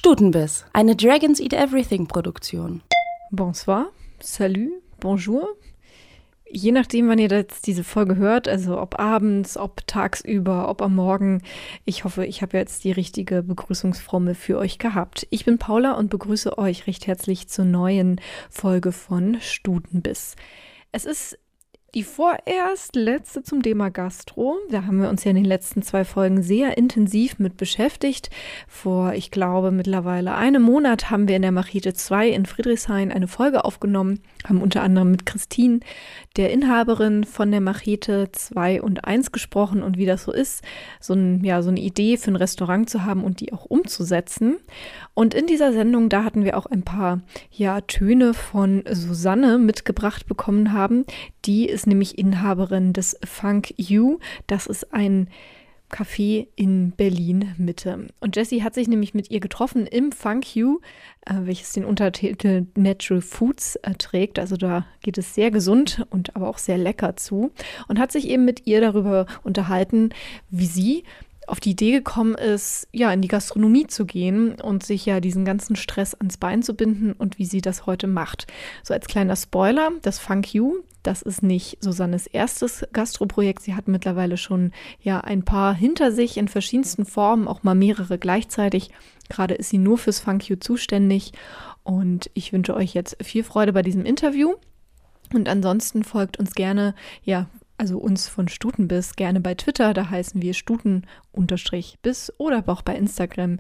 Stutenbiss, eine Dragons Eat Everything Produktion. Bonsoir, salut, bonjour. Je nachdem, wann ihr jetzt diese Folge hört, also ob abends, ob tagsüber, ob am Morgen. Ich hoffe, ich habe jetzt die richtige Begrüßungsformel für euch gehabt. Ich bin Paula und begrüße euch recht herzlich zur neuen Folge von Stutenbiss. Es ist die vorerst letzte zum Thema Gastro. Da haben wir uns ja in den letzten 2 Folgen sehr intensiv mit beschäftigt. Vor, ich glaube, mittlerweile einem Monat haben wir in der Machete 2 in Friedrichshain eine Folge aufgenommen, haben unter anderem mit Christine, der Inhaberin von der Machete 2 und 1 gesprochen und wie das so ist, so eine Idee für ein Restaurant zu haben und die auch umzusetzen. Und in dieser Sendung, da hatten wir auch ein paar Töne von Susanne mitgebracht bekommen haben. Die ist nämlich Inhaberin des Funk You. Das ist ein Café in Berlin-Mitte. Und Jessie hat sich nämlich mit ihr getroffen im Funk You, welches den Untertitel Natural Foods trägt. Also da geht es sehr gesund und aber auch sehr lecker zu. Und hat sich eben mit ihr darüber unterhalten, wie sie auf die Idee gekommen ist, in die Gastronomie zu gehen und sich diesen ganzen Stress ans Bein zu binden und wie sie das heute macht. So als kleiner Spoiler, das Funk You, das ist nicht Susannes erstes Gastroprojekt. Sie hat mittlerweile schon ein paar hinter sich in verschiedensten Formen, auch mal mehrere gleichzeitig. Gerade ist sie nur fürs Funk You zuständig und ich wünsche euch jetzt viel Freude bei diesem Interview und ansonsten folgt uns gerne, also uns von Stutenbiss gerne bei Twitter, da heißen wir Stuten_Biss oder aber auch bei Instagram,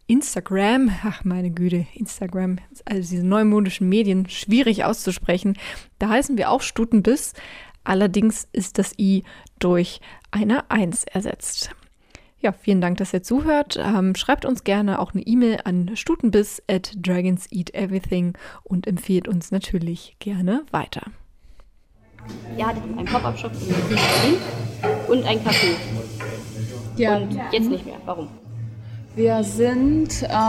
ach meine Güte, Instagram, also diese neumodischen Medien, schwierig auszusprechen, da heißen wir auch Stutenbiss, allerdings ist das I durch eine 1 ersetzt. Ja, vielen Dank, dass ihr zuhört. Schreibt uns gerne auch eine E-Mail an stutenbiss@dragonseateverything und empfehlt uns natürlich gerne weiter. Ihr hattet einen Pop-Up-Shop in Berlin und ein Café. Ja. Und jetzt nicht mehr. Warum? Wir sind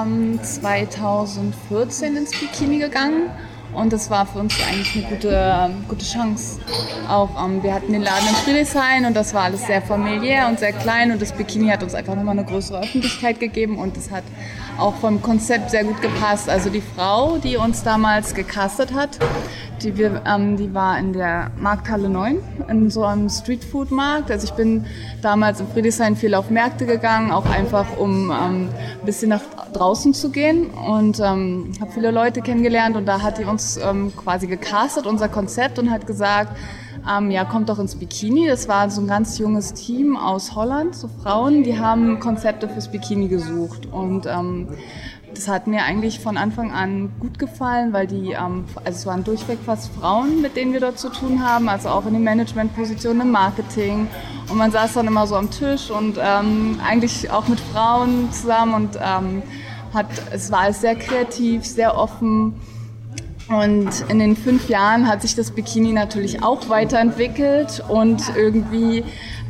2014 ins Bikini gegangen und das war für uns eigentlich eine gute Chance. Auch wir hatten den Laden in Friedrichshain und das war alles sehr familiär und sehr klein und das Bikini hat uns einfach nochmal eine größere Öffentlichkeit gegeben und das hat auch vom Konzept sehr gut gepasst. Also die Frau, die uns damals gecastet hat, die war in der Markthalle 9, in so einem Streetfood-Markt. Also ich bin damals in Friedrichshain viel auf Märkte gegangen, auch einfach um ein bisschen nach draußen zu gehen und habe viele Leute kennengelernt und da hat die uns quasi gecastet, unser Konzept und hat gesagt, kommt doch ins Bikini. Das war so ein ganz junges Team aus Holland, so Frauen, die haben Konzepte fürs Bikini gesucht und das hat mir eigentlich von Anfang an gut gefallen, weil es waren durchweg fast Frauen, mit denen wir dort zu tun haben, also auch in den Managementpositionen im Marketing. Und man saß dann immer so am Tisch und eigentlich auch mit Frauen zusammen und es war alles sehr kreativ, sehr offen. Und in den 5 Jahren hat sich das Bikini natürlich auch weiterentwickelt und irgendwie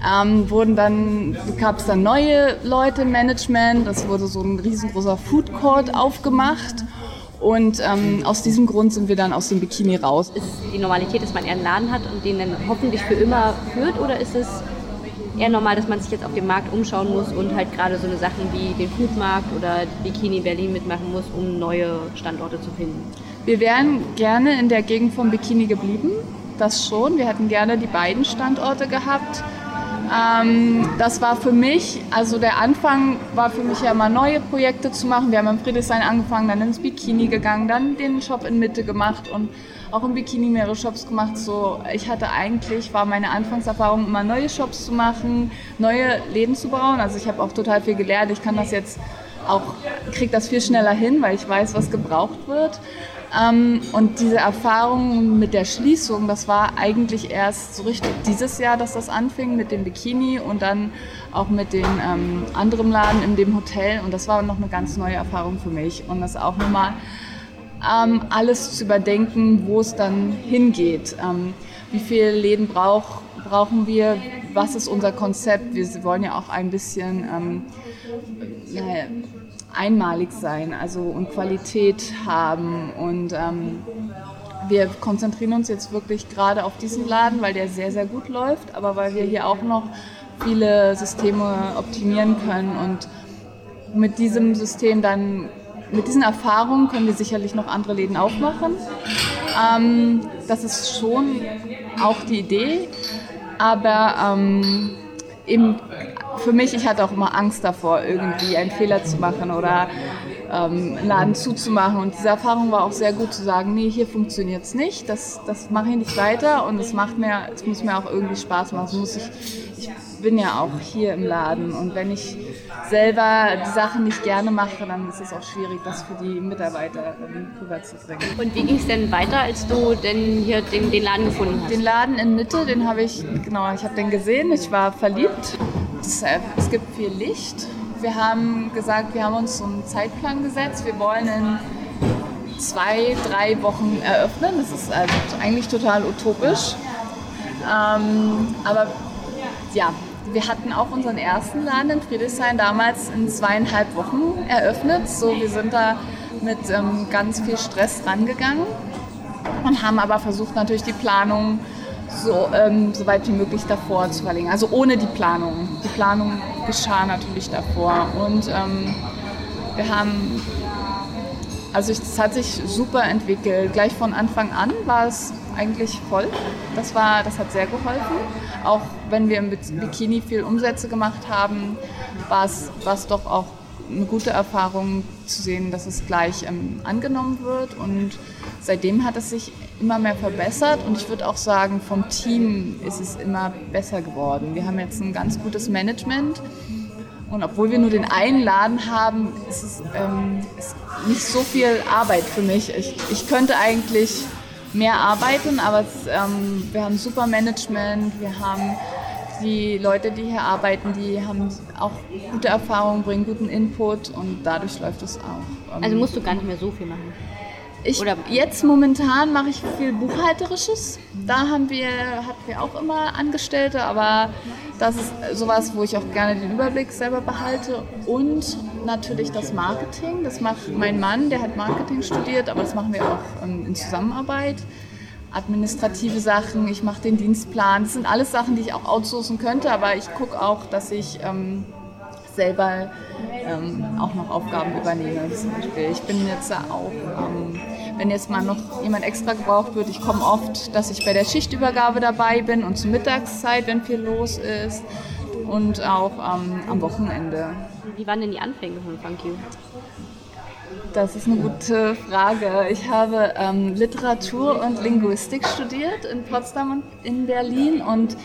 gab es dann neue Leute im Management, es wurde so ein riesengroßer Food Court aufgemacht und aus diesem Grund sind wir dann aus dem Bikini raus. Ist die Normalität, dass man eher einen Laden hat und den dann hoffentlich für immer führt oder ist es eher normal, dass man sich jetzt auf dem Markt umschauen muss und halt gerade so eine Sachen wie den Foodmarkt oder Bikini Berlin mitmachen muss, um neue Standorte zu finden? Wir wären gerne in der Gegend vom Bikini geblieben, das schon. Wir hätten gerne die beiden Standorte gehabt. Das war für mich, also der Anfang war für mich ja immer neue Projekte zu machen. Wir haben im Friedrichshain angefangen, dann ins Bikini gegangen, dann den Shop in Mitte gemacht und auch im Bikini mehrere Shops gemacht. So, war meine Anfangserfahrung immer neue Shops zu machen, neue Läden zu bauen. Also ich habe auch total viel gelernt. Ich kann das jetzt kriege das viel schneller hin, weil ich weiß, was gebraucht wird. Und diese Erfahrung mit der Schließung, das war eigentlich erst so richtig dieses Jahr, dass das anfing mit dem Bikini und dann auch mit dem anderen Laden in dem Hotel. Und das war noch eine ganz neue Erfahrung für mich. Und das auch nochmal alles zu überdenken, wo es dann hingeht. Wie viele Läden brauchen wir? Was ist unser Konzept? Wir wollen ja auch ein bisschen einmalig sein, also und Qualität haben und wir konzentrieren uns jetzt wirklich gerade auf diesen Laden, weil der sehr, sehr gut läuft, aber weil wir hier auch noch viele Systeme optimieren können und mit diesem System dann mit diesen Erfahrungen können wir sicherlich noch andere Läden aufmachen. Das ist schon auch die Idee, aber eben für mich, ich hatte auch immer Angst davor, irgendwie einen Fehler zu machen oder einen Laden zuzumachen. Und diese Erfahrung war auch sehr gut zu sagen, nee, hier funktioniert es nicht, das mache ich nicht weiter und es muss mir auch irgendwie Spaß machen. Ich bin ja auch hier im Laden und wenn ich selber die Sachen nicht gerne mache, dann ist es auch schwierig, das für die Mitarbeiter rüberzubringen. Und wie ging es denn weiter, als du denn hier den Laden gefunden hast? Den Laden in Mitte, ich habe den gesehen, ich war verliebt. Es gibt viel Licht. Wir haben gesagt, wir haben uns so einen Zeitplan gesetzt. Wir wollen in 2-3 Wochen eröffnen. Das ist also eigentlich total utopisch. Aber ja, wir hatten auch unseren ersten Laden in Friedrichshain damals in 2,5 Wochen eröffnet. So, wir sind da mit ganz viel Stress rangegangen und haben aber versucht, natürlich die Planung so weit wie möglich davor zu verlegen. Also ohne die Planung. Die Planung geschah natürlich davor. Und es hat sich super entwickelt. Gleich von Anfang an war es eigentlich voll. Das hat sehr geholfen. Auch wenn wir im Bikini viel Umsätze gemacht haben, war es doch auch eine gute Erfahrung zu sehen, dass es gleich angenommen wird. Und seitdem hat es sich immer mehr verbessert. Und ich würde auch sagen, vom Team ist es immer besser geworden. Wir haben jetzt ein ganz gutes Management. Und obwohl wir nur den einen Laden haben, ist es ist nicht so viel Arbeit für mich. Ich könnte eigentlich mehr arbeiten, aber wir haben super Management, wir haben die Leute, die hier arbeiten, die haben auch gute Erfahrungen, bringen guten Input und dadurch läuft es auch. Also musst du gar nicht mehr so viel machen? Jetzt momentan mache ich viel Buchhalterisches. Da hatten wir auch immer Angestellte, aber das ist sowas, wo ich auch gerne den Überblick selber behalte. Und natürlich das Marketing. Das macht mein Mann, der hat Marketing studiert, aber das machen wir auch in Zusammenarbeit. Administrative Sachen, ich mache den Dienstplan. Das sind alles Sachen, die ich auch outsourcen könnte, aber ich gucke auch, dass ich selber auch noch Aufgaben übernehme. Zum Beispiel. Ich bin jetzt auch, wenn jetzt mal noch jemand extra gebraucht wird, ich komme oft, dass ich bei der Schichtübergabe dabei bin und zur Mittagszeit, wenn viel los ist und auch am Wochenende. Wie waren denn die Anfänge von Funk You? Das ist eine gute Frage. Ich habe Literatur und Linguistik studiert in Potsdam und in Berlin und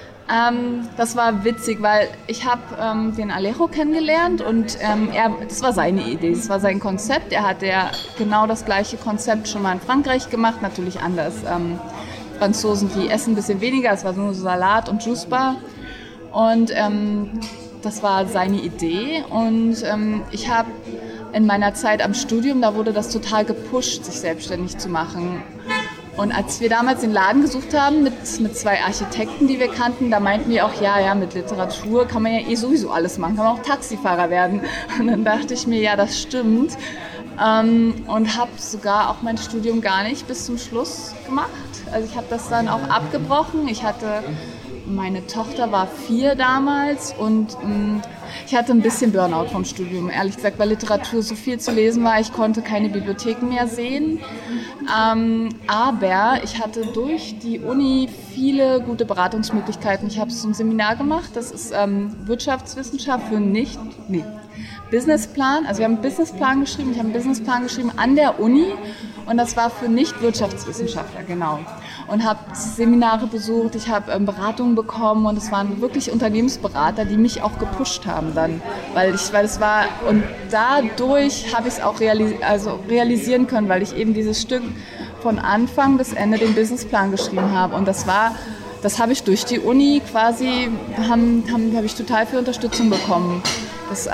das war witzig, weil ich habe den Alejo kennengelernt und das war seine Idee, das war sein Konzept. Er hat genau das gleiche Konzept schon mal in Frankreich gemacht, natürlich anders. Franzosen, die essen ein bisschen weniger, es war nur so Salat und Juicebar und das war seine Idee und ich habe in meiner Zeit am Studium, da wurde das total gepusht, sich selbstständig zu machen. Und als wir damals den Laden gesucht haben mit 2 Architekten, die wir kannten, da meinten wir auch, ja, mit Literatur kann man ja sowieso alles machen, kann man auch Taxifahrer werden. Und dann dachte ich mir, ja, das stimmt. Und habe sogar auch mein Studium gar nicht bis zum Schluss gemacht. Also ich habe das dann auch abgebrochen. Meine Tochter war 4 damals und ich hatte ein bisschen Burnout vom Studium, ehrlich gesagt, weil Literatur so viel zu lesen war. Ich konnte keine Bibliotheken mehr sehen. Aber ich hatte durch die Uni viele gute Beratungsmöglichkeiten. Ich habe so ein Seminar gemacht, das ist Wirtschaftswissenschaft für Businessplan. Also wir haben einen Businessplan geschrieben, ich habe einen Businessplan geschrieben an der Uni und das war für Nicht-Wirtschaftswissenschaftler, genau. Und habe Seminare besucht, ich habe Beratungen bekommen und es waren wirklich Unternehmensberater, die mich auch gepusht haben dann, weil es war, und dadurch habe ich es auch realisieren können, weil ich eben dieses Stück von Anfang bis Ende den Businessplan geschrieben habe und das habe ich durch die Uni quasi, habe ich total viel Unterstützung bekommen. Das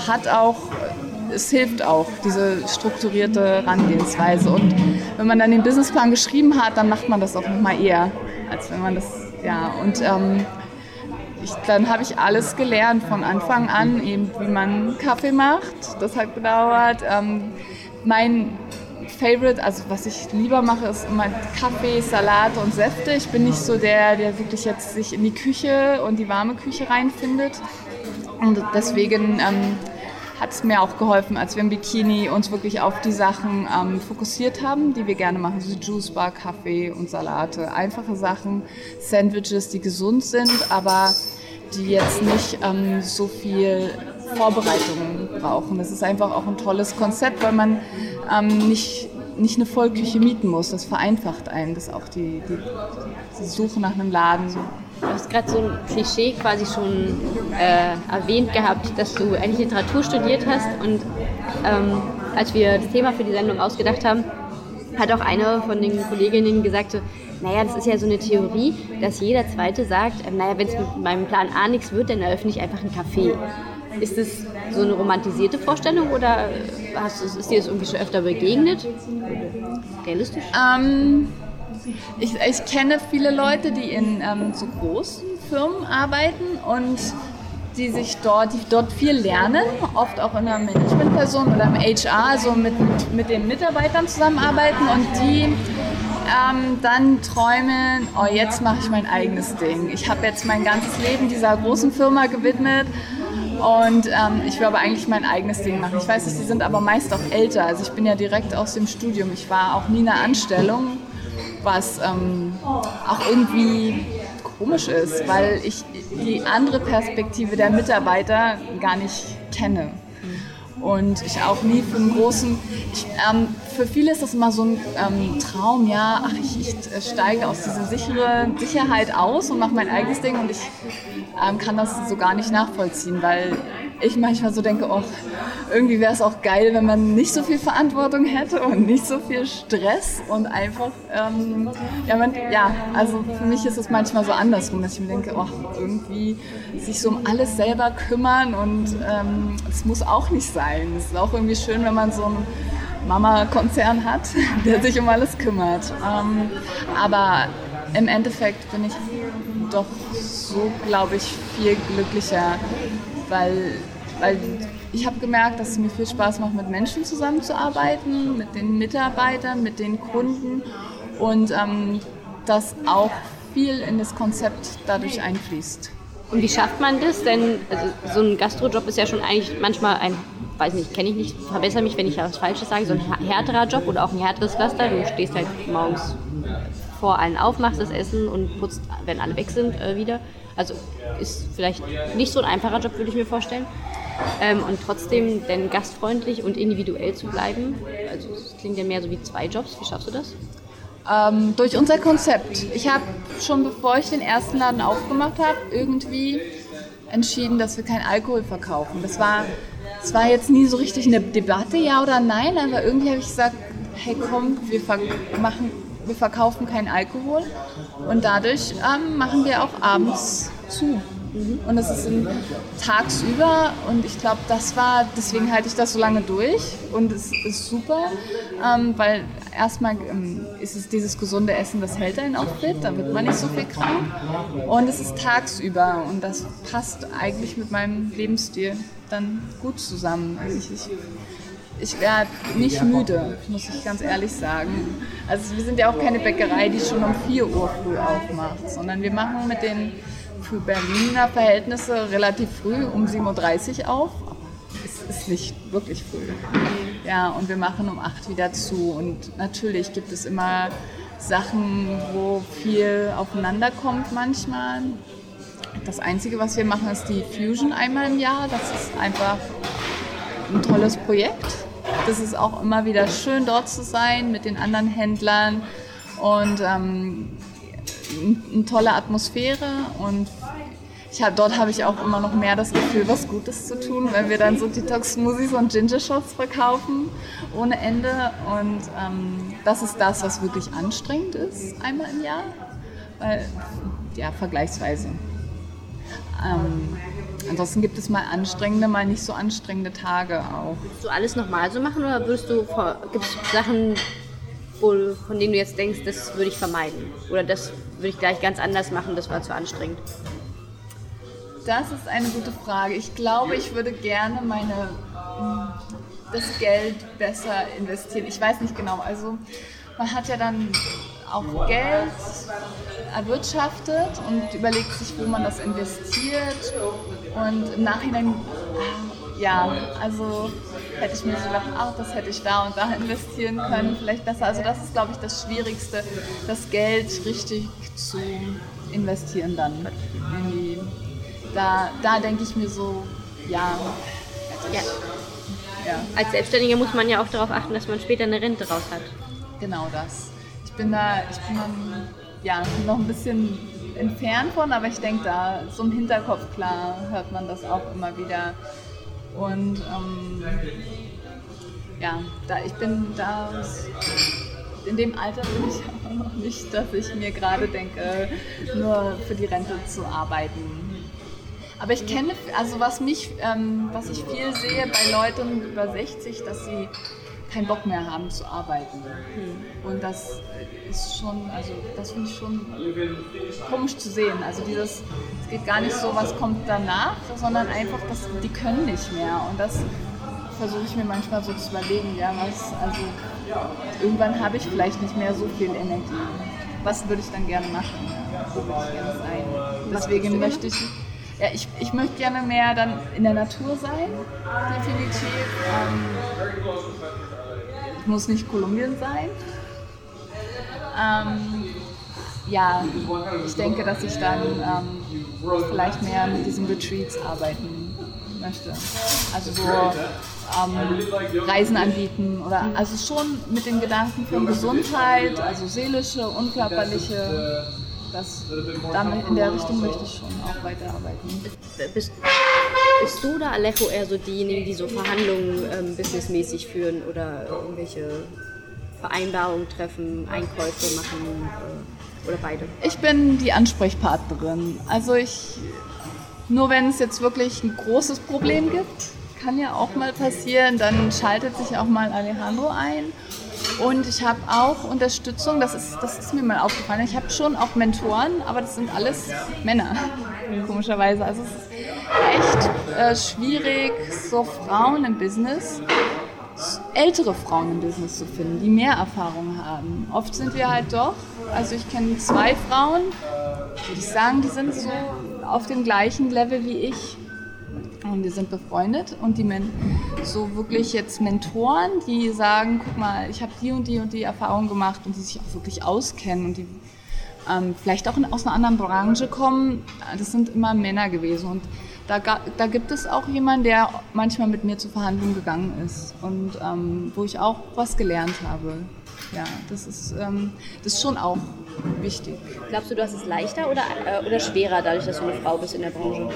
es hilft auch, diese strukturierte Herangehensweise. Und wenn man dann den Businessplan geschrieben hat, dann macht man das auch nochmal eher, als wenn man das, ja. Und dann habe ich alles gelernt von Anfang an, eben wie man Kaffee macht. Das hat gedauert. Mein Favorite, also was ich lieber mache, ist immer Kaffee, Salate und Säfte. Ich bin nicht so der wirklich jetzt sich in die Küche und die warme Küche reinfindet. Und deswegen hat es mir auch geholfen, als wir im Bikini uns wirklich auf die Sachen fokussiert haben, die wir gerne machen, so Juice Bar, Kaffee und Salate. Einfache Sachen, Sandwiches, die gesund sind, aber die jetzt nicht so viel Vorbereitungen brauchen. Das ist einfach auch ein tolles Konzept, weil man nicht eine Vollküche mieten muss. Das vereinfacht einen, das ist auch die Suche nach einem Laden. Du hast gerade so ein Klischee quasi schon erwähnt gehabt, dass du eigentlich Literatur studiert hast und als wir das Thema für die Sendung ausgedacht haben, hat auch eine von den Kolleginnen gesagt, so, naja, das ist ja so eine Theorie, dass jeder Zweite sagt, naja, wenn es mit meinem Plan A nichts wird, dann eröffne ich einfach ein Café. Ist das so eine romantisierte Vorstellung oder ist dir das irgendwie schon öfter begegnet? Realistisch? Ich kenne viele Leute, die in so großen Firmen arbeiten und die dort viel lernen, oft auch in einer Managementperson oder im HR, also mit den Mitarbeitern zusammenarbeiten und die dann träumen, oh, jetzt mache ich mein eigenes Ding. Ich habe jetzt mein ganzes Leben dieser großen Firma gewidmet und ich will aber eigentlich mein eigenes Ding machen. Ich weiß nicht, die sind aber meist auch älter, also ich bin ja direkt aus dem Studium, ich war auch nie in einer Anstellung, was auch irgendwie komisch ist, weil ich die andere Perspektive der Mitarbeiter gar nicht kenne. Und ich auch nie für einen großen, für viele ist das immer so ein Traum, ja, ich steige aus dieser Sicherheit aus und mache mein eigenes Ding und ich kann das so gar nicht nachvollziehen, weil ich manchmal so denke, oh, irgendwie wäre es auch geil, wenn man nicht so viel Verantwortung hätte und nicht so viel Stress und einfach, also für mich ist es manchmal so andersrum, dass ich mir denke, oh, irgendwie sich so um alles selber kümmern und es muss auch nicht sein. Es ist auch irgendwie schön, wenn man so einen Mama-Konzern hat, der sich um alles kümmert. Aber im Endeffekt bin ich doch so, glaube ich, viel glücklicher, weil ich habe gemerkt, dass es mir viel Spaß macht, mit Menschen zusammenzuarbeiten, mit den Mitarbeitern, mit den Kunden und dass auch viel in das Konzept dadurch einfließt. Und wie schafft man das? Denn also, so ein Gastrojob ist ja schon eigentlich manchmal weiß nicht, kenne ich nicht, verbessere mich, wenn ich was Falsches sage, so ein härterer Job oder auch ein härteres Pflaster. Du stehst halt morgens vor allen auf, machst das Essen und putzt, wenn alle weg sind, wieder. Also ist vielleicht nicht so ein einfacher Job, würde ich mir vorstellen. Und trotzdem dann gastfreundlich und individuell zu bleiben. Also das klingt ja mehr so wie 2 Jobs. Wie schaffst du das? Durch unser Konzept. Ich habe schon, bevor ich den ersten Laden aufgemacht habe, irgendwie entschieden, dass wir keinen Alkohol verkaufen. Das war jetzt nie so richtig eine Debatte, ja oder nein, aber irgendwie habe ich gesagt, hey komm, wir verkaufen keinen Alkohol und dadurch machen wir auch abends zu. Und es ist tagsüber und ich glaube, deswegen halte ich das so lange durch und es ist super, weil erstmal ist es dieses gesunde Essen, das hält einen auch fit, da wird man nicht so viel krank und es ist tagsüber und das passt eigentlich mit meinem Lebensstil dann gut zusammen. Also ich werde nicht müde, muss ich ganz ehrlich sagen. Also wir sind ja auch keine Bäckerei, die schon um 4 Uhr früh aufmacht, sondern wir machen mit den für Berliner Verhältnisse relativ früh um 7.30 Uhr auf. Es ist nicht wirklich früh. Ja, und wir machen um 8 wieder zu. Und natürlich gibt es immer Sachen, wo viel aufeinander kommt manchmal. Das Einzige, was wir machen, ist die Fusion einmal im Jahr. Das ist einfach ein tolles Projekt. Das ist auch immer wieder schön, dort zu sein mit den anderen Händlern. Und eine tolle Atmosphäre und dort habe ich auch immer noch mehr das Gefühl, was Gutes zu tun, wenn wir dann so Detox-Smoothies und Ginger-Shots verkaufen ohne Ende und das ist das, was wirklich anstrengend ist, einmal im Jahr, weil, ja, vergleichsweise. Ansonsten gibt es mal anstrengende, mal nicht so anstrengende Tage auch. Würdest du alles nochmal so machen oder gibt es Sachen, von denen du jetzt denkst, das würde ich vermeiden? Oder das würde ich gleich ganz anders machen, das war zu anstrengend? Das ist eine gute Frage. Ich glaube, ich würde gerne das Geld besser investieren. Ich weiß nicht genau. Also man hat ja dann auch Geld erwirtschaftet und überlegt sich, wo man das investiert. Und im Nachhinein ja, also hätte ich mir so gedacht, das hätte ich da und da investieren können, vielleicht besser. Also das ist, glaube ich, das Schwierigste, das Geld richtig zu investieren dann. Irgendwie. Da denke ich mir so, ja. Als Selbstständiger muss man ja auch darauf achten, dass man später eine Rente raus hat. Genau das. Ich bin dann noch ein bisschen entfernt von, aber ich denke da, so im Hinterkopf, klar, hört man das auch immer wieder. Und ich bin da, in dem Alter bin ich auch noch nicht, dass ich mir gerade denke, nur für die Rente zu arbeiten. Aber ich kenne, also was ich viel sehe bei Leuten über 60, dass sie keinen Bock mehr haben zu arbeiten. Und das ist schon, also das finde ich schon komisch zu sehen. Also es geht gar nicht so, was kommt danach, sondern einfach, die können nicht mehr. Und das versuche ich mir manchmal so zu überlegen, irgendwann habe ich vielleicht nicht mehr so viel Energie. Was würde ich dann gerne machen? Wo würde ich gerne sein? Deswegen möchte ich... Ja, ich möchte gerne mehr dann in der Natur sein, definitiv. Muss nicht Kolumbien sein. Ich denke, dass ich dann vielleicht mehr mit diesen Retreats arbeiten möchte. Also so Reisen anbieten oder also schon mit den Gedanken von Gesundheit, also seelische und körperliche. In der Richtung möchte ich schon auch weiterarbeiten. Bist du oder Alejo eher so diejenigen, die so Verhandlungen businessmäßig führen oder irgendwelche Vereinbarungen treffen, Einkäufe machen oder beide? Ich bin die Ansprechpartnerin. Also nur wenn es jetzt wirklich ein großes Problem gibt, kann ja auch mal passieren, dann schaltet sich auch mal Alejandro ein. Und ich habe auch Unterstützung, das ist mir mal aufgefallen. Ich habe schon auch Mentoren, aber das sind alles Männer, komischerweise. Also es ist echt schwierig, so Frauen im Business, ältere Frauen im Business zu finden, die mehr Erfahrung haben. Oft sind wir halt doch, also ich kenne 2 Frauen, würde ich sagen, die sind so auf dem gleichen Level wie ich. Und wir sind befreundet und so wirklich jetzt Mentoren, die sagen, guck mal, ich habe die und die Erfahrung gemacht und die sich auch wirklich auskennen und die vielleicht auch aus einer anderen Branche kommen, das sind immer Männer gewesen. Und da gibt es auch jemanden, der manchmal mit mir zur Verhandlung gegangen ist und wo ich auch was gelernt habe. Ja, das ist schon auch wichtig. Glaubst du, du hast es leichter oder schwerer, dadurch, dass du eine Frau bist in der Branche?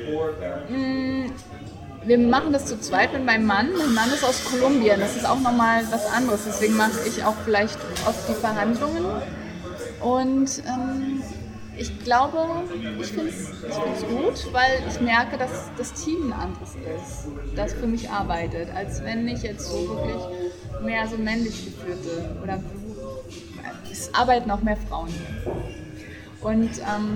Wir machen das zu zweit mit meinem Mann. Mein Mann ist aus Kolumbien, das ist auch nochmal was anderes. Deswegen mache ich auch vielleicht oft die Verhandlungen. Und ich glaube, ich finde es gut, weil ich merke, dass das Team ein anderes ist, das für mich arbeitet, als wenn ich jetzt so wirklich mehr so männlich geführte oder es arbeiten auch mehr Frauen. Und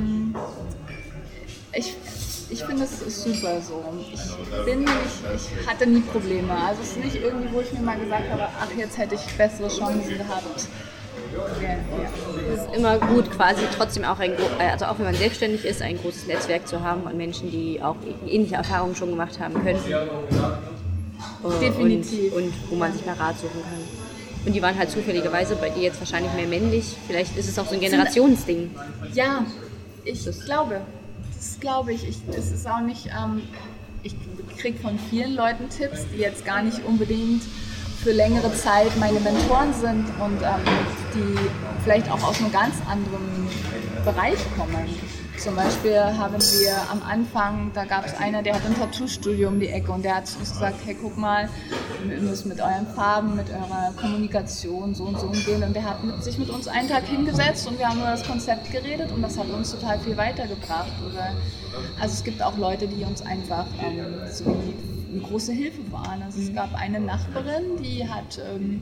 ich finde, es ist super so. Ich hatte nie Probleme. Also es ist nicht irgendwie, wo ich mir mal gesagt habe, ach, jetzt hätte ich bessere Chancen gehabt. Ja. Es ist immer gut, quasi trotzdem auch also auch wenn man selbstständig ist, ein großes Netzwerk zu haben von Menschen, die auch ähnliche Erfahrungen schon gemacht haben können. Definitiv. Und wo man sich mal Rat suchen kann. Und die waren halt zufälligerweise bei dir jetzt wahrscheinlich mehr männlich. Vielleicht ist es auch so ein Generationsding. Ja, ich glaube. Das glaube ich. Es ist auch nicht. Ich kriege von vielen Leuten Tipps, die jetzt gar nicht unbedingt für längere Zeit meine Mentoren sind und die vielleicht auch aus einem ganz anderen Bereich kommen. Zum Beispiel haben wir am Anfang, da gab es einer, der hat ein Tattoo-Studio um die Ecke und der hat uns gesagt, hey, guck mal, wir müssen mit euren Farben, mit eurer Kommunikation so und so umgehen. Und der hat sich mit uns einen Tag hingesetzt und wir haben über das Konzept geredet und das hat uns total viel weitergebracht. Also es gibt auch Leute, die uns einfach so eine große Hilfe waren. Also es gab eine Nachbarin, die hat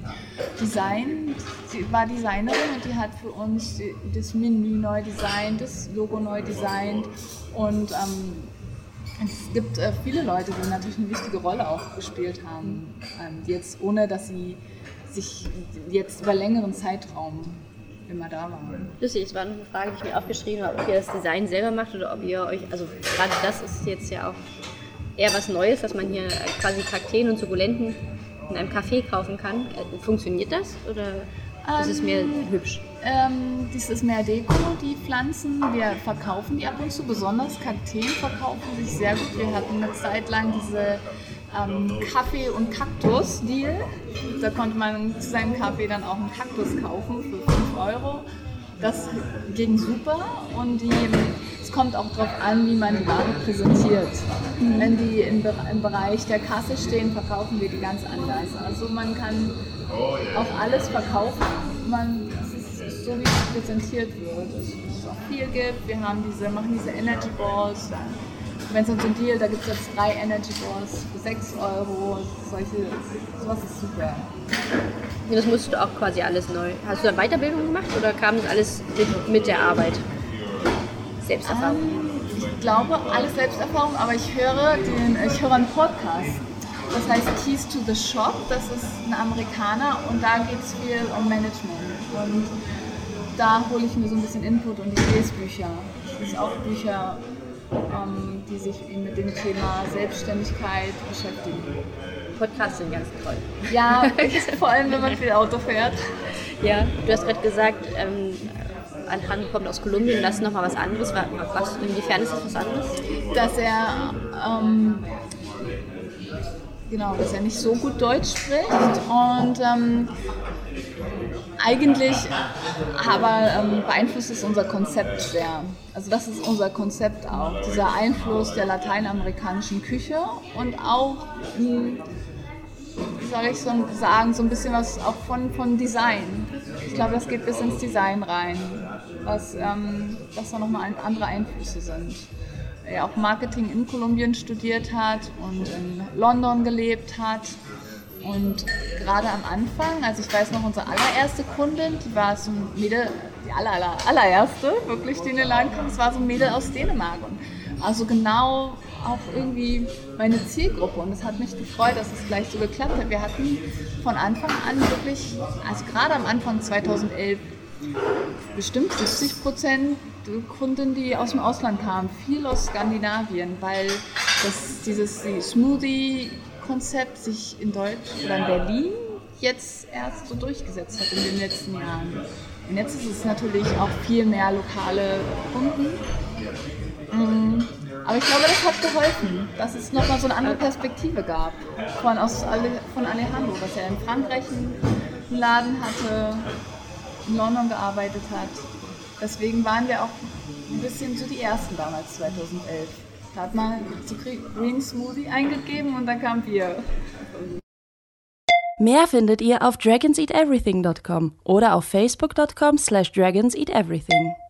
sie war Designerin und die hat für uns das Menü neu designt, das Logo neu designt und es gibt viele Leute, die natürlich eine wichtige Rolle auch gespielt haben, jetzt ohne, dass sie sich jetzt über längeren Zeitraum immer da waren. Lustig, es war noch eine Frage, die ich mir aufgeschrieben habe, ob ihr das Design selber macht oder ob ihr euch, also gerade das ist jetzt ja auch eher was Neues, dass man hier quasi Kakteen und Sukkulenten in einem Café kaufen kann. Funktioniert das oder ist es mehr hübsch? Dies ist mehr Deko, die Pflanzen. Wir verkaufen die ab und zu, besonders Kakteen verkaufen sich sehr gut. Wir hatten eine Zeit lang diese Kaffee- und Kaktus-Deal. Da konnte man zu seinem Kaffee dann auch einen Kaktus kaufen für 5 €. Das ging super und es kommt auch darauf an, wie man die Ware präsentiert. Wenn die im Bereich der Kasse stehen, verkaufen wir die ganz anders. Also man kann auch alles verkaufen, es ist so, wie es präsentiert wird. Es auch viel gibt. Wir machen machen diese Energy Balls. Wenn es dann so ein Deal, da gibt es jetzt 3 Energy Balls für 6 €. Sowas ist super. Das musst du auch quasi alles neu. Hast du da Weiterbildung gemacht oder kam das alles mit der Arbeit? Selbsterfahrung? Ich glaube, alles Selbsterfahrung, aber ich höre einen Podcast. Das heißt Keys to the Shop, das ist ein Amerikaner und da geht es viel um Management. Und da hole ich mir so ein bisschen Input und ich lese Bücher. Das sind auch Bücher, die sich eben mit dem Thema Selbstständigkeit beschäftigen. Podcasts sind ganz toll. Ja, vor allem, wenn man viel Auto fährt. Ja, du hast gerade gesagt, Alejandro kommt aus Kolumbien, das ist nochmal was anderes. Inwiefern ist das was anderes? Dass er nicht so gut Deutsch spricht und eigentlich aber beeinflusst es unser Konzept sehr. Also das ist unser Konzept auch, dieser Einfluss der lateinamerikanischen Küche und auch, wie soll ich so ein bisschen was auch von Design. Ich glaube, das geht bis ins Design rein, dass da nochmal andere Einflüsse sind. Er auch Marketing in Kolumbien studiert hat und in London gelebt hat. Und gerade am Anfang, also ich weiß noch, unsere allererste Kundin, die war so ein Mädel, die allererste, wirklich, die in den Laden kam, das war so ein Mädel aus Dänemark. Und also genau auch irgendwie meine Zielgruppe. Und es hat mich gefreut, dass es gleich so geklappt hat. Wir hatten von Anfang an wirklich, also gerade am Anfang 2011, bestimmt 70% Kunden, die aus dem Ausland kamen, viel aus Skandinavien, weil dieses Smoothie-Konzept sich in Deutschland oder in Berlin jetzt erst so durchgesetzt hat in den letzten Jahren. Und jetzt ist es natürlich auch viel mehr lokale Kunden. Aber ich glaube, das hat geholfen, dass es nochmal so eine andere Perspektive gab von Alejandro, dass er in Frankreich einen Laden hatte, in London gearbeitet hat. Deswegen waren wir auch ein bisschen so die Ersten damals, 2011. Da hat man zu Green Smoothie eingegeben und dann kam Bier. Mehr findet ihr auf dragonseateverything.com oder auf facebook.com/dragonseateverything.